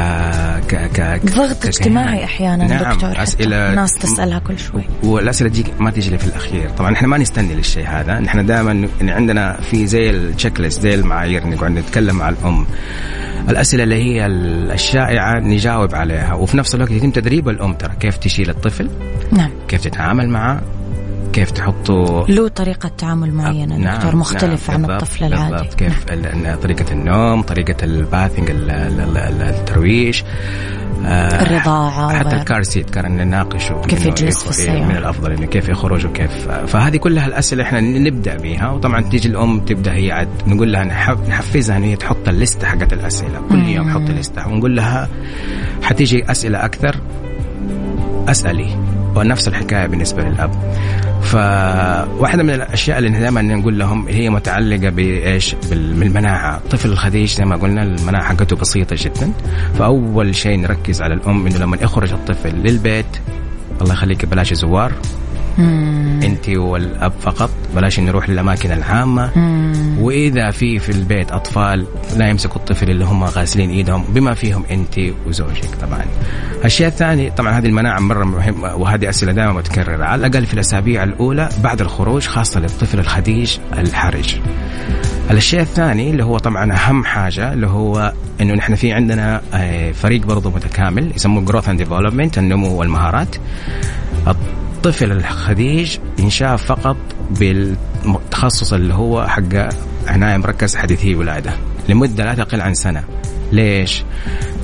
ضغط اجتماعي أحيانا. نعم. دكتور أسئلة ناس تسألها كل شوي، والأسئلة دي ما تيجي في الأخير. طبعا إحنا ما نستني للشيء هذا، نحن دائما عندنا في زي التشيك ليست، زي المعايير، نقعد نتكلم مع الأم الأسئلة اللي هي الشائعة نجاوب عليها، وفي نفس الوقت يتم تدريب الأم ترى كيف تشيل الطفل. نعم. كيف تتعامل معه، كيف تحطه له طريقة تعامل معينة. نعم. دكتور مختلفة عن الطفل العادي. بالضبط. كيف طريقة النوم، طريقة الباثينج، الترويش، الرضاعة، حتى الكار سيت كان نناقشه كيف يجلس في السيارة، من الأفضل إنه كيف يخرج وكيف. فهذه كلها الأسئلة إحنا نبدأ بها. وطبعا تيجي الأم تبدأ هي نقول لها نحفزها إن هي تحط الليستة حقت الأسئلة كل يوم، حط الليستة، ونقول لها حتيجي أسئلة أكثر اسألي. ونفس الحكاية بالنسبة للأب. فواحدة من الأشياء اللي دائما نقول لهم هي متعلقة بإيش؟ بالمناعة. الطفل الخديج زي ما قلنا المناعة حقته بسيطة جدا. فأول شيء نركز على الأم إنه لما يخرج الطفل للبيت، الله يخليك بلاش زوار، انت والاب فقط، بلاش نروح للاماكن العامه. واذا في البيت اطفال لا يمسكوا الطفل اللي هم غاسلين ايدهم بما فيهم انت وزوجك. طبعا الشيء الثاني طبعا هذه المناعه مره مهمه، وهذه اسئله دائما متكرره على الاقل في الاسابيع الاولى بعد الخروج، خاصه للطفل الخديج الحرج. الشيء الثاني اللي هو طبعا اهم حاجه اللي هو انه نحن في عندنا فريق برضه متكامل يسموه Growth and Development، النمو والمهارات. الطفل الخديج ينشاف فقط بالتخصص اللي هو حق عناية مركز حديثي ولادة لمدة لا تقل عن سنة. ليش؟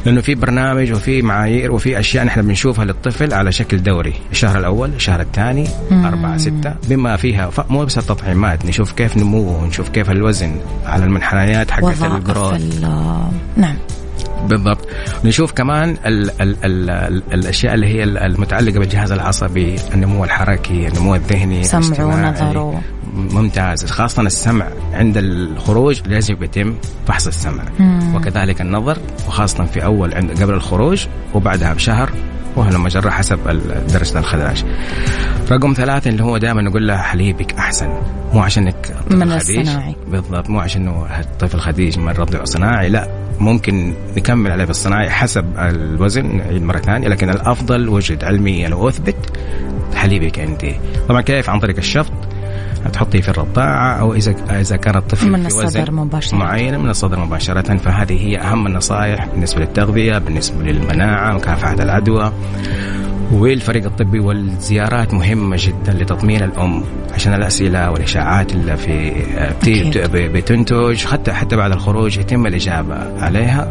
لأنه في برنامج وفي معايير وفي أشياء نحن بنشوفها للطفل على شكل دوري، الشهر الأول، الشهر الثاني، 4 6، بما فيها مو بس التطعيمات، نشوف كيف نموه، نشوف كيف الوزن على المنحنيات حقت الجروث. نعم بالضبط. نشوف كمان الأشياء اللي هي المتعلقة بالجهاز العصبي، النمو الحركي، النمو الذهني، سمع ونظر. ممتاز. خاصة السمع عند الخروج لازم يتم فحص السمع، وكذلك النظر، وخاصة في أول قبل الخروج وبعدها بشهر وهلا مجرة حسب درجة الخداج. رقم 3 اللي هو دائما نقول له حليبك أحسن، مو عشانك من الصناعي. بالضبط، مو عشانه الطفل خديج من رضع صناعي، لا، ممكن نكمل عليه بالصناعي حسب الوزن، نعيد مرة ثانية، لكن الأفضل وجد علميا وأثبت حليبك أنت. طبعا كيف؟ عن طريق الشفط، تحطيه في الرضاعة، أو إذا كان الطفل من في وزن معين من الصدر مباشرة. فهذه هي أهم النصائح بالنسبة للتغذية، بالنسبة للمناعة، مكافحة العدوى. والفريق الطبي والزيارات مهمة جدا لتطمين الأم، عشان الأسئلة والإشاعات اللي بتنتج حتى بعد الخروج يتم الإجابة عليها.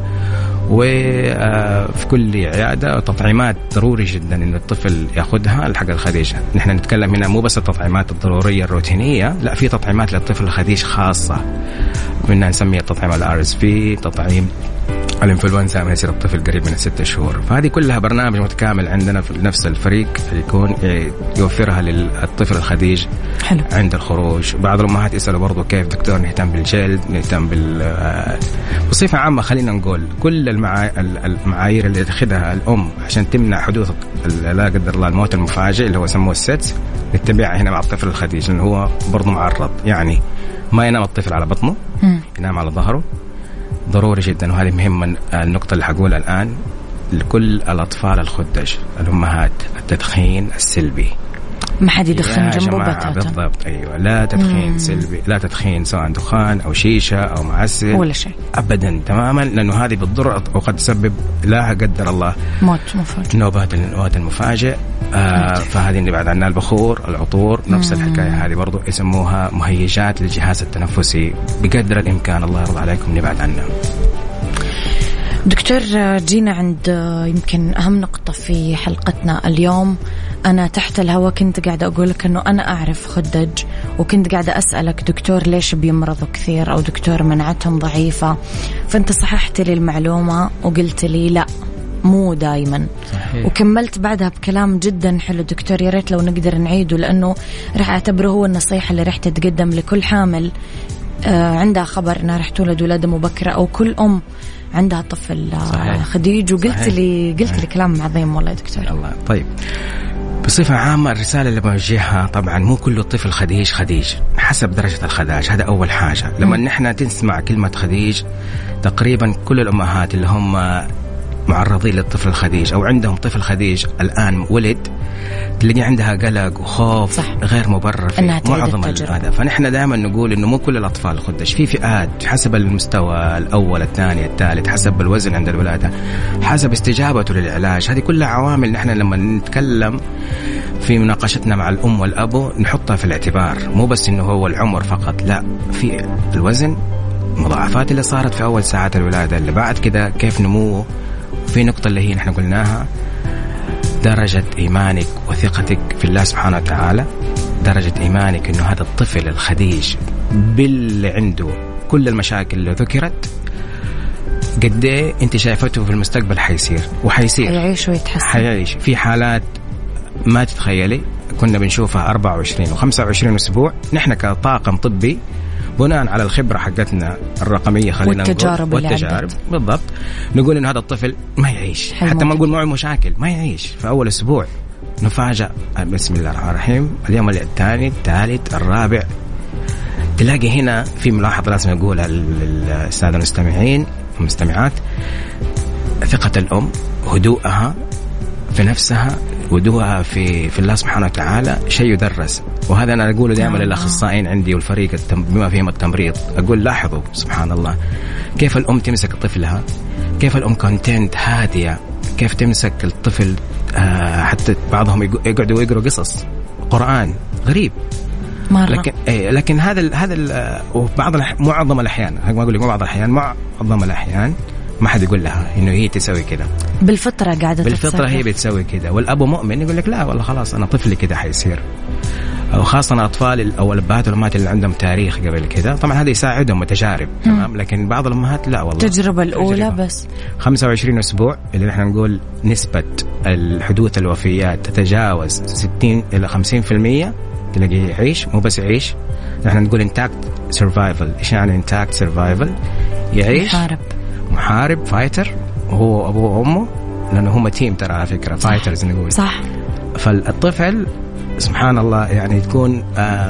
وفي كل عيادة تطعيمات ضروري جدا إن الطفل يأخذها لحق الخديج. نحن نتكلم هنا مو بس التطعيمات الضرورية الروتينية، لا، في تطعيمات للطفل الخديج خاصة، منها نسميها التطعيم الRSV، تطعيم الانفلونزا لما يصير الطفل قريب من 6 شهور. فهذه كلها برنامج متكامل عندنا في نفس الفريق يكون يوفرها للطفل الخديج. حلو. عند الخروج. بعض الأمهات يسألوا برضو كيف دكتور نهتم بالجلد، نهتم بصفة عامة خلينا نقول كل المعايير اللي تأخذها الأم عشان تمنع حدوث لا قدر الله الموت المفاجئ اللي هو يسموه السدس، نتبعها هنا مع الطفل الخديج، لأنه هو برضو معرض. يعني ما ينام الطفل على بطنه، ينام على ظهره، ضروري جدا. وهذه مهمة النقطة اللي حقولها الآن لكل الأطفال الخدج، الأمهات، التدخين السلبي، ما حد يدخن جنبه بتاتا. بالضبط، أيوة، لا تدخين سلبي، لا تدخين سواء دخان أو شيشة أو معسل ولا شيء أبدا تماما، لأنه هذه بتضر وقد تسبب لا قدر الله موت مفاجئ، نوبات الموت المفاجئ. فهذه نبعد عنها. البخور، العطور، نفس الحكاية، هذه برضو يسموها مهيجات للجهاز التنفسي، بقدر الإمكان الله يرضى عليكم نبعد عنها. دكتور، جينا عند يمكن أهم نقطة في حلقتنا اليوم. أنا تحت الهواء كنت قاعدة أقول لك أنه أنا أعرف خدج، وكنت قاعدة أسألك دكتور ليش بيمرضوا كثير، أو دكتور مناعتهم ضعيفة، فأنت صححت لي المعلومة وقلت لي لا، مو دايما. صحيح. وكملت بعدها بكلام جدا حلو دكتور، يا ريت لو نقدر نعيده، لأنه راح أعتبره هو النصيحة اللي راح تتقدم لكل حامل عندها خبر أنها راح تولد ولادة مبكرة، أو كل أم عندها طفل خديج. وقلت لي كلام عظيم والله دكتور. الله. طيب، بصفة عامة الرسالة اللي بوجهها طبعا مو كل طفل خديج حسب درجة الخداج، هذا أول حاجة. لما نحن تسمع كلمة خديج، تقريبا كل الأمهات اللي هم معرضين للطفل الخديج أو عندهم طفل خديج الآن ولد، تلاقي عندها قلق وخوف صح. غير مبرر في معظم هذا. فنحن دائما نقول إنه مو كل الأطفال خدج، في فئات حسب المستوى الأول، الثاني، الثالث، حسب الوزن عند الولادة، حسب استجابته للعلاج. هذه كلها عوامل نحن لما نتكلم في مناقشتنا مع الأم والأبو نحطها في الاعتبار. مو بس إنه هو العمر فقط، لا، في الوزن، مضاعفات اللي صارت في أول ساعات الولادة، اللي بعد كده كيف نموه. في نقطة اللي هي نحن قلناها، درجة إيمانك وثقتك في الله سبحانه وتعالى، درجة إيمانك إنه هذا الطفل الخديج باللي عنده كل المشاكل اللي ذكرت، قد ايه انت شايفته في المستقبل حيصير يعيش ويتحسن. حيعيش. في حالات ما تتخيلي كنا بنشوفها 24 و25 أسبوع، نحن كطاقم طبي بناء على الخبرة حقتنا الرقمية خلينا والتجارب بالضبط، نقول إن هذا الطفل ما يعيش، حتى ما نقول معه مشاكل، ما يعيش. في أول أسبوع نفاجأ بسم الله الرحمن الرحيم، اليوم الثاني، الثالث، الرابع، تلاقي هنا في ملاحظة لازم أقولها للسادة المستمعين والمستمعات. ثقة الأم، هدوءها في نفسها، هدوءها في الله سبحانه وتعالى، شيء يدرس. وهذا أنا أقوله دائما للأخصائيين عندي والفريق بما فيهم التمريض، أقول لاحظوا سبحان الله كيف الأم تمسك طفلها، كيف الأم كونتنت هادية، كيف تمسك الطفل. حتى بعضهم يقعدوا يقروا قصص قرآن غريب مرة. لكن هذا وبعض معظم الأحيان، ما أقول لك بعض الأحيان، معظم الأحيان ما حد يقول لها إنه هي تسوي كده، بالفطرة قاعدة بالفطرة هي بتسوي كده. والأب مؤمن يقول لك لا والله خلاص أنا طفلي كده حيصير. أو خاصة أطفال أو الأبهات والأمهات اللي عندهم تاريخ قبل كده، طبعا هذا يساعدهم وتجارب تمام، لكن بعض الأمهات لا والله التجربة الأولى بس. 25 أسبوع اللي نحن نقول نسبة الحدوث الوفيات تتجاوز 60 إلى 50%، تلاقيه يعيش، مو بس يعيش، نحن نقول intact survival. إيش يعني intact survival؟ يعيش محارب فايتر، وهو أبوه وأمه، لأنه هم تيم ترى على فكرة فايترز نقول صح. فالطفل سبحان الله يعني تكون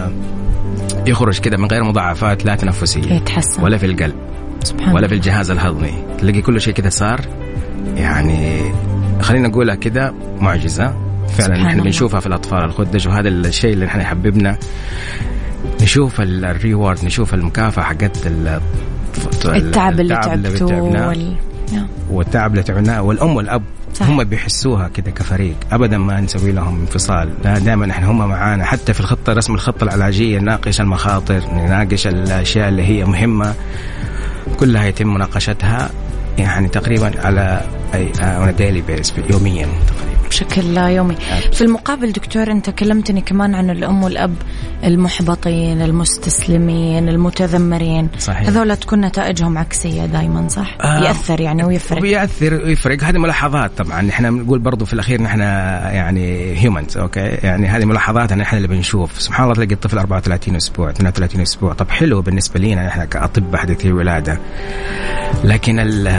يخرج كده من غير مضاعفات لا تنفسية يتحسن ولا في القلب ولا في الجهاز الهضمي، تلاقي كل شيء كده صار. يعني خلينا نقولها كده معجزة فعلا نحن بنشوفها في الأطفال الخدج، وهذا الشيء اللي نحن يحببنا نشوف الريورد، نشوف المكافأة حقت التعب اللي تعبته والتعب اللي تعبناه. والأم والأب صحيح. هم بيحسوها كده كفريق، أبدا ما نسوي لهم انفصال، دائما احنا هم معانا، حتى في الخطة رسم الخطة العلاجية نناقش المخاطر، نناقش الأشياء اللي هي مهمة، كلها يتم مناقشتها يعني تقريبا على ديلي بيس، يوميا تقريبا بشكل يومي. في المقابل دكتور أنت كلمتني كمان عن الأم والأب المحبطين، المستسلمين، المتذمرين، هذولا تكون نتائجهم عكسية دايما صح؟ يأثر يعني ويفرق. هذه ملاحظات طبعا، احنا بنقول برضو في الأخير نحن يعني هيومنز اوكي، يعني هذه ملاحظات نحن اللي بنشوف. سبحان الله تلاقي الطفل 34 أسبوع 32 أسبوع، طب حلو بالنسبة لنا نحن كأطباء حديثي ولادة، لكن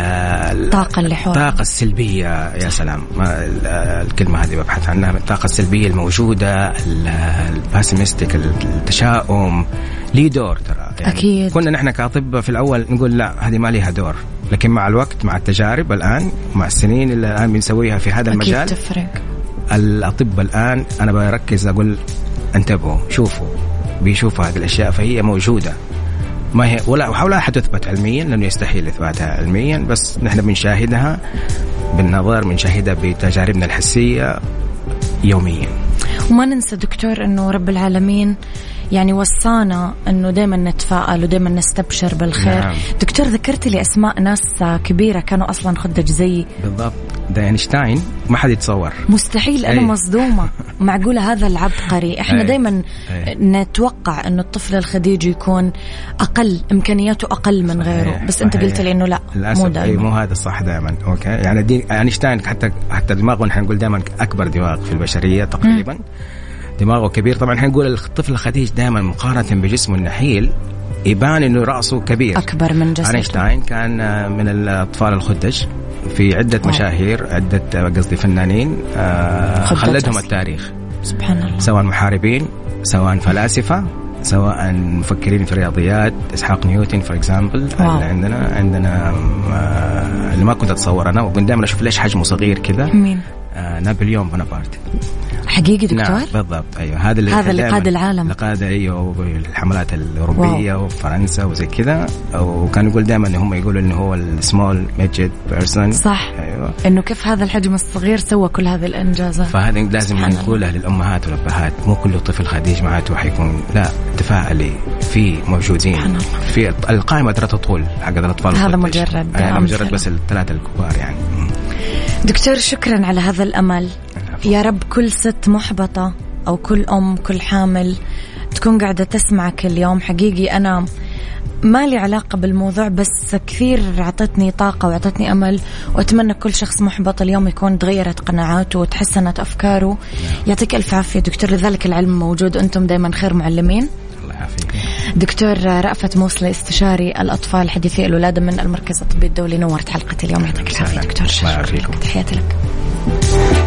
الطاقة السلبية يا سلام، الكلمة هذه ببحث عنها، الطاقة السلبية الموجودة، الباسيمستيك، التشاؤم، ليه دور ترى يعني. أكيد. كنا نحن كأطباء في الأول نقول لا هذه ما ليها دور، لكن مع الوقت مع التجارب الآن مع السنين اللي الآن بنسويها في هذا المجال أكيد تفرق. الأطباء الآن أنا بركز أقول انتبهوا شوفوا، بيشوفوا هذه الأشياء، فهي موجودة ما هي ولا حتثبت علميا لأنه يستحيل إثباتها علميا، بس نحن بنشاهدها بالنظر، بنشاهدها بتجاربنا الحسية يوميا. وما ننسى دكتور أنه رب العالمين يعني وصانا أنه دائما نتفائل ودائما نستبشر بالخير. نعم. دكتور ذكرت لي أسماء ناس كبيرة كانوا أصلا خدج زي بالضبط، ده أينشتاين ما حد يتصور، مستحيل. أنا مصدومة معقولة هذا العبقري. إحنا دايما نتوقع أنه الطفل الخديجي يكون أقل إمكانياته أقل من غيره، بس أنت قلت لي أنه لا مو دائما، مو هذا الصح دائما. أوكي يعني أينشتاين حتى دماغه نحن نقول دائما أكبر دماغ في البشرية تقريبا، دماغه كبير. طبعا احنا نقول الطفل الخديج دائما مقارنة بجسمه النحيل يبان انه رأسه كبير اكبر من جسمه. أينشتاين كان من الاطفال الخدج في عدة مشاهير، عدة قصدي فنانين خلدهم التاريخ سبحان الله، سواء محاربين سواء فلاسفة سواء مفكرين في الرياضيات، إسحاق نيوتن فور إكزامبل. عندنا اللي ما كنت أتصور أنا، وكنت دائما أشوف ليش حجمه صغير كذا. مين؟ نابليون بونابرت. حقيقي دكتور؟ نعم بالضبط، أيوه هذا اللي قاد العالم، قاد أيوه الحملات الأوروبية وفرنسا وزي كذا، وكان يقول دائما إن هم يقولوا إنه هو السمول ميدجت بيرسون. صح. أيوه إنه كيف هذا الحجم الصغير سوى كل هذه الإنجازات. فهذا لازم نقولها للأمهات والأبهات، مو كل طفل خديج معته حيكون، لا تفاعلي، في موجودين في القائمة ترى تطول حق الأطفال. هذا مجرد يعني مجرد بس الثلاثة الكبار يعني. دكتور شكرا على هذا الأمل. يا رب كل ست محبطة أو كل أم كل حامل تكون قاعدة تسمعك اليوم. حقيقي أنا ما لي علاقة بالموضوع، بس كثير عطتني طاقة وعطتني أمل، وأتمنى كل شخص محبط اليوم يكون تغيرت قناعاته وتحسنت أفكاره. يعطيك ألف عافية دكتور، لذلك العلم موجود، أنتم دايما خير معلمين. دكتور رأفت موصلي استشاري الأطفال حديثي الولادة من المركز الطبي الدولي، نورت حلقة اليوم. يعطيك العافية دكتور، تحياتي لك.